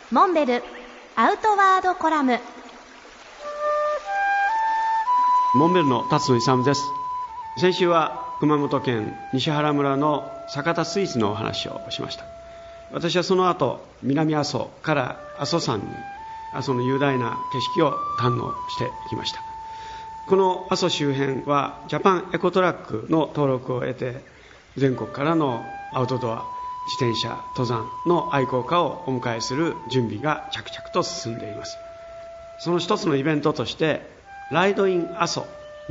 モンベルアウトワードコラム。 モンベルの辰野勇です。先週は熊本県西原村の酒田スイーツのお話をしました。私はその後南阿蘇から阿蘇山に阿蘇の雄大な景色を堪能してきました。この阿蘇周辺はジャパンエコトラックの登録を得て、全国からのアウトドア自転車登山の愛好家をお迎えする準備が着々と進んでいます。その一つのイベントとしてライドイン阿蘇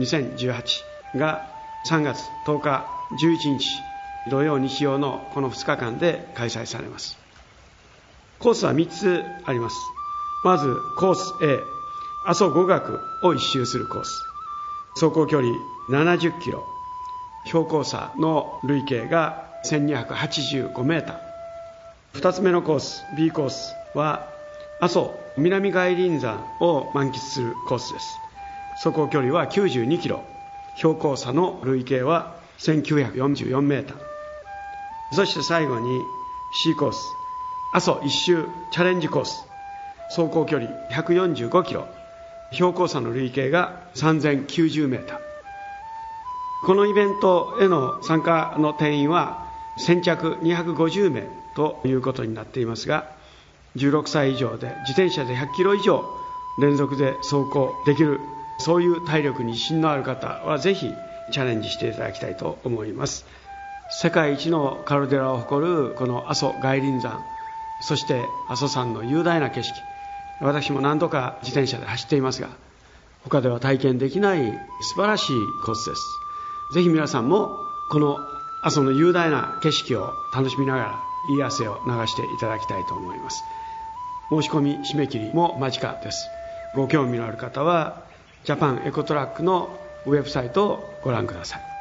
2018が3月10日11日土曜日曜のこの2日間で開催されます。コースは3つあります。まずコース A、 阿蘇五岳を一周するコース、走行距離70キロ、標高差の累計が1285メーター。2つ目のコース B コースは阿蘇南外輪山を満喫するコースです。走行距離は92キロ、標高差の累計は1944メーター。そして最後に C コース、阿蘇一周チャレンジコース、走行距離145キロ、標高差の累計が3090メーター。このイベントへの参加の定員は先着250名ということになっていますが、16歳以上で自転車で100キロ以上連続で走行できる、そういう体力に自信のある方はぜひチャレンジしていただきたいと思います。世界一のカルデラを誇るこの阿蘇外輪山、そして阿蘇山の雄大な景色、私も何度か自転車で走っていますが、他では体験できない素晴らしいコースです。ぜひ皆さんもこの阿蘇の雄大な景色を楽しみながらいい汗を流していただきたいと思います。申し込み締め切りも間近です。ご興味のある方はジャパンエコトラックのウェブサイトをご覧ください。